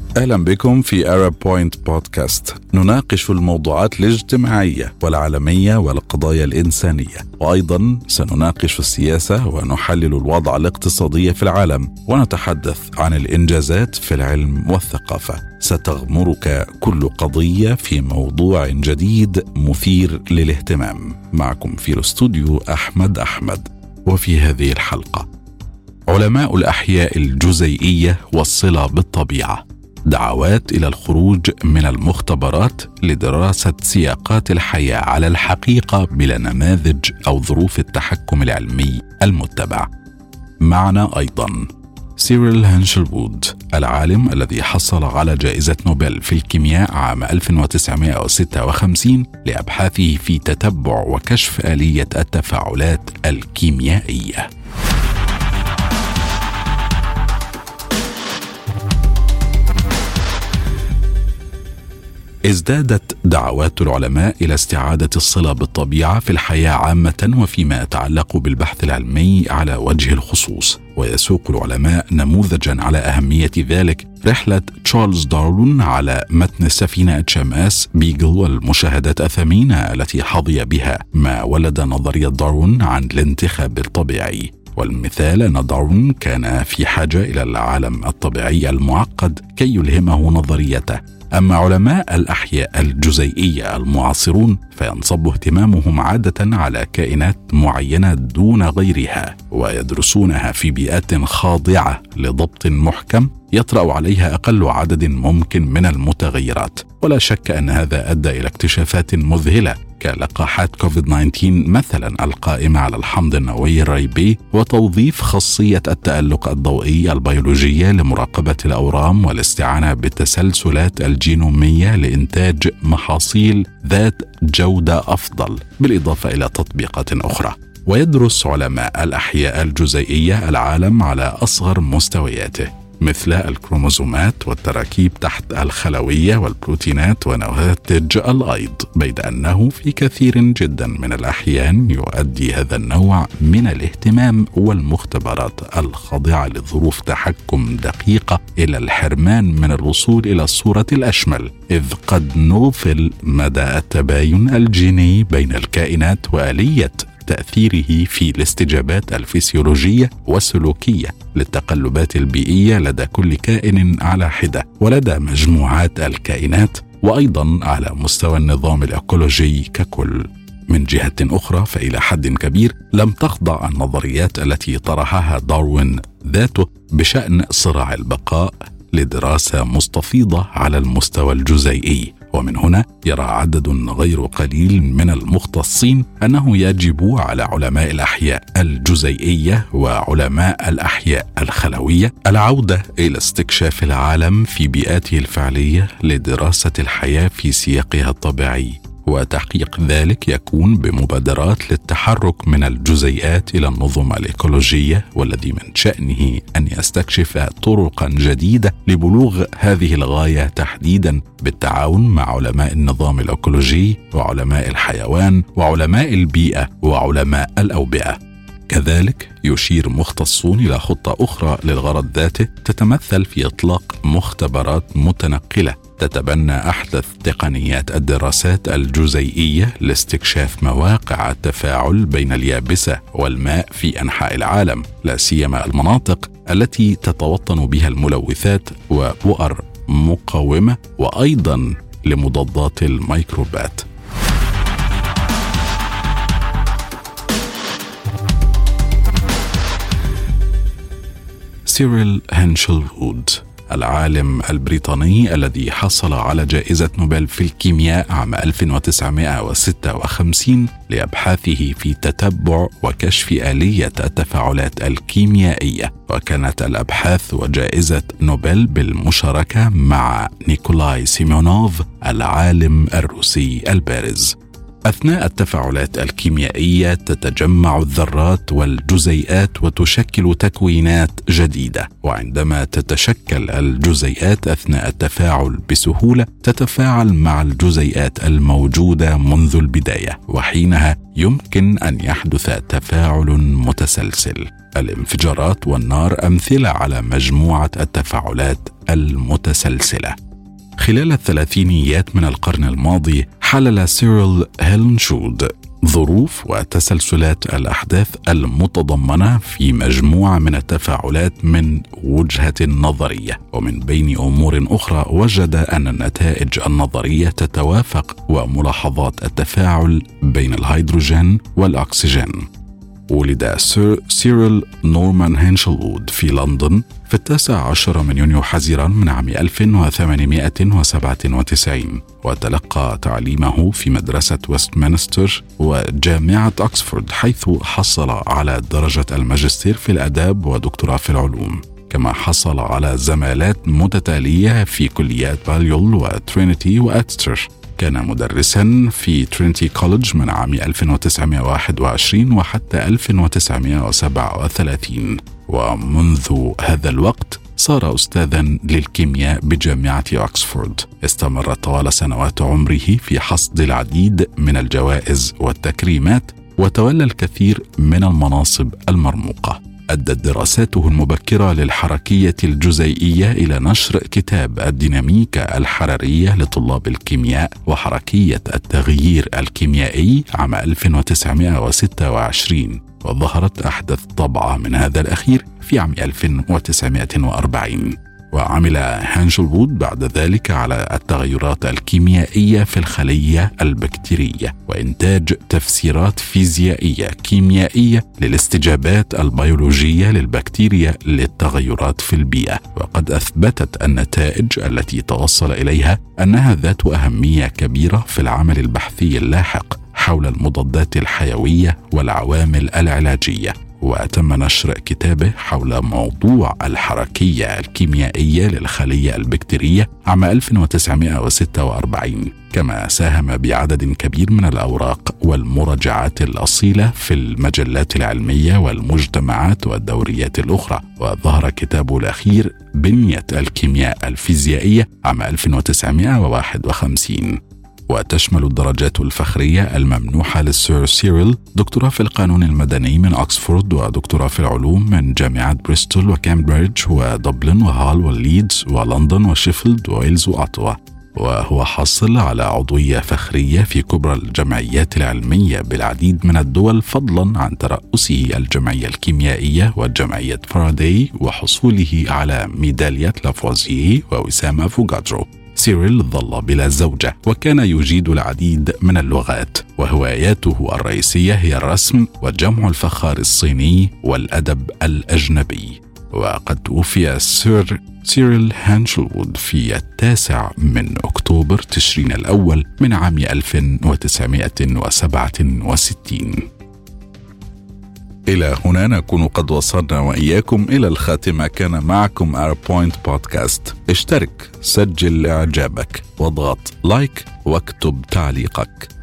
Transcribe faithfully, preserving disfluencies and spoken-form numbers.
أهلا بكم في Arab Point بودكاست. نناقش الموضوعات الاجتماعية والعالمية والقضايا الإنسانية، وأيضا سنناقش السياسة ونحلل الوضع الاقتصادي في العالم، ونتحدث عن الإنجازات في العلم والثقافة. ستغمرك كل قضية في موضوع جديد مثير للاهتمام. معكم في الاستوديو أحمد أحمد. وفي هذه الحلقة علماء الأحياء الجزيئية والصلة بالطبيعة، دعوات إلى الخروج من المختبرات لدراسة سياقات الحياة على الحقيقة بلا نماذج أو ظروف التحكم العلمي المتبع. معنا أيضا سيريل هنشل وود، العالم الذي حصل على جائزة نوبل في الكيمياء عام ألف وتسعمائة وستة وخمسين لأبحاثه في تتبع وكشف آلية التفاعلات الكيميائية. ازدادت دعوات العلماء إلى استعادة الصلة بالطبيعة في الحياة عامة وفيما يتعلق بالبحث العلمي على وجه الخصوص، ويسوق العلماء نموذجا على أهمية ذلك رحلة تشارلز داروين على متن سفينة اتش ام اس بيجل والمشاهدات الثمينة التي حظي بها، ما ولد نظرية داروين عن الانتخاب الطبيعي. والمثال أن داروين كان في حاجة إلى العالم الطبيعي المعقد كي يلهمه نظريته. أما علماء الأحياء الجزيئية المعاصرون فينصب اهتمامهم عادة على كائنات معينة دون غيرها، ويدرسونها في بيئات خاضعة لضبط محكم يطرأ عليها أقل عدد ممكن من المتغيرات. ولا شك أن هذا أدى إلى اكتشافات مذهلة كلقاحات كوفيد تسعة عشر مثلا القائمة على الحمض النووي الريبي، وتوظيف خاصية التألق الضوئي البيولوجية لمراقبة الأورام والاستعانة بالتسلسلات الجينومية لإنتاج محاصيل ذات جودة أفضل، بالإضافة إلى تطبيقات أخرى. ويدرس علماء الأحياء الجزيئية العالم على أصغر مستوياته، مثل الكروموزومات والتراكيب تحت الخلوية والبروتينات ونواتج الأيض، بيد أنه في كثير جدا من الأحيان يؤدي هذا النوع من الاهتمام والمختبرات الخاضعة لظروف تحكم دقيقة إلى الحرمان من الوصول إلى الصورة الأشمل، إذ قد نغفل مدى التباين الجيني بين الكائنات وآلية تأثيره في الاستجابات الفسيولوجية والسلوكية للتقلبات البيئية لدى كل كائن على حدة ولدى مجموعات الكائنات، وأيضا على مستوى النظام الإيكولوجي ككل. من جهة أخرى فإلى حد كبير لم تخضع النظريات التي طرحها داروين ذاته بشأن صراع البقاء لدراسة مستفيضة على المستوى الجزيئي. ومن هنا يرى عدد غير قليل من المختصين أنه يجب على علماء الأحياء الجزيئية وعلماء الأحياء الخلوية العودة إلى استكشاف العالم في بيئاته الفعلية لدراسة الحياة في سياقها الطبيعي، وتحقيق ذلك يكون بمبادرات للتحرك من الجزيئات إلى النظم الإيكولوجية، والذي من شأنه أن يستكشف طرقا جديدة لبلوغ هذه الغاية تحديدا بالتعاون مع علماء النظام الإيكولوجي وعلماء الحيوان وعلماء البيئة وعلماء الأوبئة. كذلك يشير مختصون إلى خطة أخرى للغرض ذاته تتمثل في إطلاق مختبرات متنقلة تتبنى أحدث تقنيات الدراسات الجزيئية لاستكشاف مواقع التفاعل بين اليابسة والماء في أنحاء العالم، لا سيما المناطق التي تتوطن بها الملوثات وبؤر مقاومة، وأيضا لمضادات الميكروبات. سيريل هنشل وود، العالم البريطاني الذي حصل على جائزة نوبل في الكيمياء عام ألف وتسعمائة وستة وخمسين لأبحاثه في تتبع وكشف آلية التفاعلات الكيميائية، وكانت الأبحاث وجائزة نوبل بالمشاركة مع نيكولاي سيمونوف العالم الروسي البارز. أثناء التفاعلات الكيميائية تتجمع الذرات والجزيئات وتشكل تكوينات جديدة، وعندما تتشكل الجزيئات أثناء التفاعل بسهولة تتفاعل مع الجزيئات الموجودة منذ البداية، وحينها يمكن أن يحدث تفاعل متسلسل. الانفجارات والنار أمثلة على مجموعة التفاعلات المتسلسلة. خلال الثلاثينيات من القرن الماضي حلل سيريل هيلنشولد ظروف وتسلسلات الأحداث المتضمنة في مجموعة من التفاعلات من وجهة نظرية، ومن بين أمور أخرى وجد أن النتائج النظرية تتوافق وملاحظات التفاعل بين الهيدروجين والأكسجين. ولد سير سيريل نورمان هينشلوود في لندن في التاسع عشر من يونيو حزيران من عام ألف وثمانمائة وسبعة وتسعين، وتلقى تعليمه في مدرسة ويستمنستر وجامعة أكسفورد، حيث حصل على درجة الماجستير في الآداب ودكتوراه في العلوم، كما حصل على زمالات متتالية في كليات باليول وترينيتي وأكستر. كان مدرساً في ترينيتي كوليدج من عام ألف وتسعمائة وواحد وعشرين وحتى ألف وتسعمائة وسبعة وثلاثين، ومنذ هذا الوقت صار أستاذاً للكيمياء بجامعة أكسفورد. استمر طوال سنوات عمره في حصد العديد من الجوائز والتكريمات، وتولى الكثير من المناصب المرموقة. أدت دراساته المبكرة للحركية الجزيئية إلى نشر كتاب الديناميكا الحرارية لطلاب الكيمياء وحركية التغيير الكيميائي عام ألف وتسعمائة وستة وعشرين، وظهرت أحدث طبعة من هذا الأخير في عام ألف وتسعمائة وأربعين. وعمل هينشلوود بعد ذلك على التغيرات الكيميائية في الخلية البكتيرية وإنتاج تفسيرات فيزيائية كيميائية للاستجابات البيولوجية للبكتيريا للتغيرات في البيئة. وقد أثبتت النتائج التي توصل إليها أنها ذات أهمية كبيرة في العمل البحثي اللاحق حول المضادات الحيوية والعوامل العلاجية. وتم نشر كتابه حول موضوع الحركية الكيميائية للخلية البكتيرية عام ألف وتسعمائة وستة وأربعين، كما ساهم بعدد كبير من الأوراق والمراجعات الأصيلة في المجلات العلمية والمجتمعات والدوريات الأخرى. وظهر كتابه الأخير بنية الكيمياء الفيزيائية عام ألف وتسعمائة وواحد وخمسين. وتشمل الدرجات الفخرية الممنوحة للسير سيريل دكتوراه في القانون المدني من أكسفورد، ودكتوراه في العلوم من جامعات بريستول وكامبريدج ودبلن وهال وليدز ولندن وشيفيلد وويلز وأوتوا. وهو حاصل على عضوية فخرية في كبرى الجمعيات العلمية بالعديد من الدول، فضلا عن ترأسه الجمعية الكيميائية وجمعية فاراداي وحصوله على ميدالية لافوازييه ووسام أفوغادرو. سيريل ظل بلا زوجة، وكان يجيد العديد من اللغات، وهواياته الرئيسية هي الرسم وجمع الفخار الصيني والأدب الأجنبي. وقد توفي سير سيريل هينشلوود في التاسع من أكتوبر تشرين الأول من عام ألف وتسعمائة وسبعة وستين. إلى هنا نكون قد وصلنا وإياكم إلى الخاتمة. كان معكم أربوينت بودكاست. اشترك، سجل إعجابك، واضغط لايك واكتب تعليقك.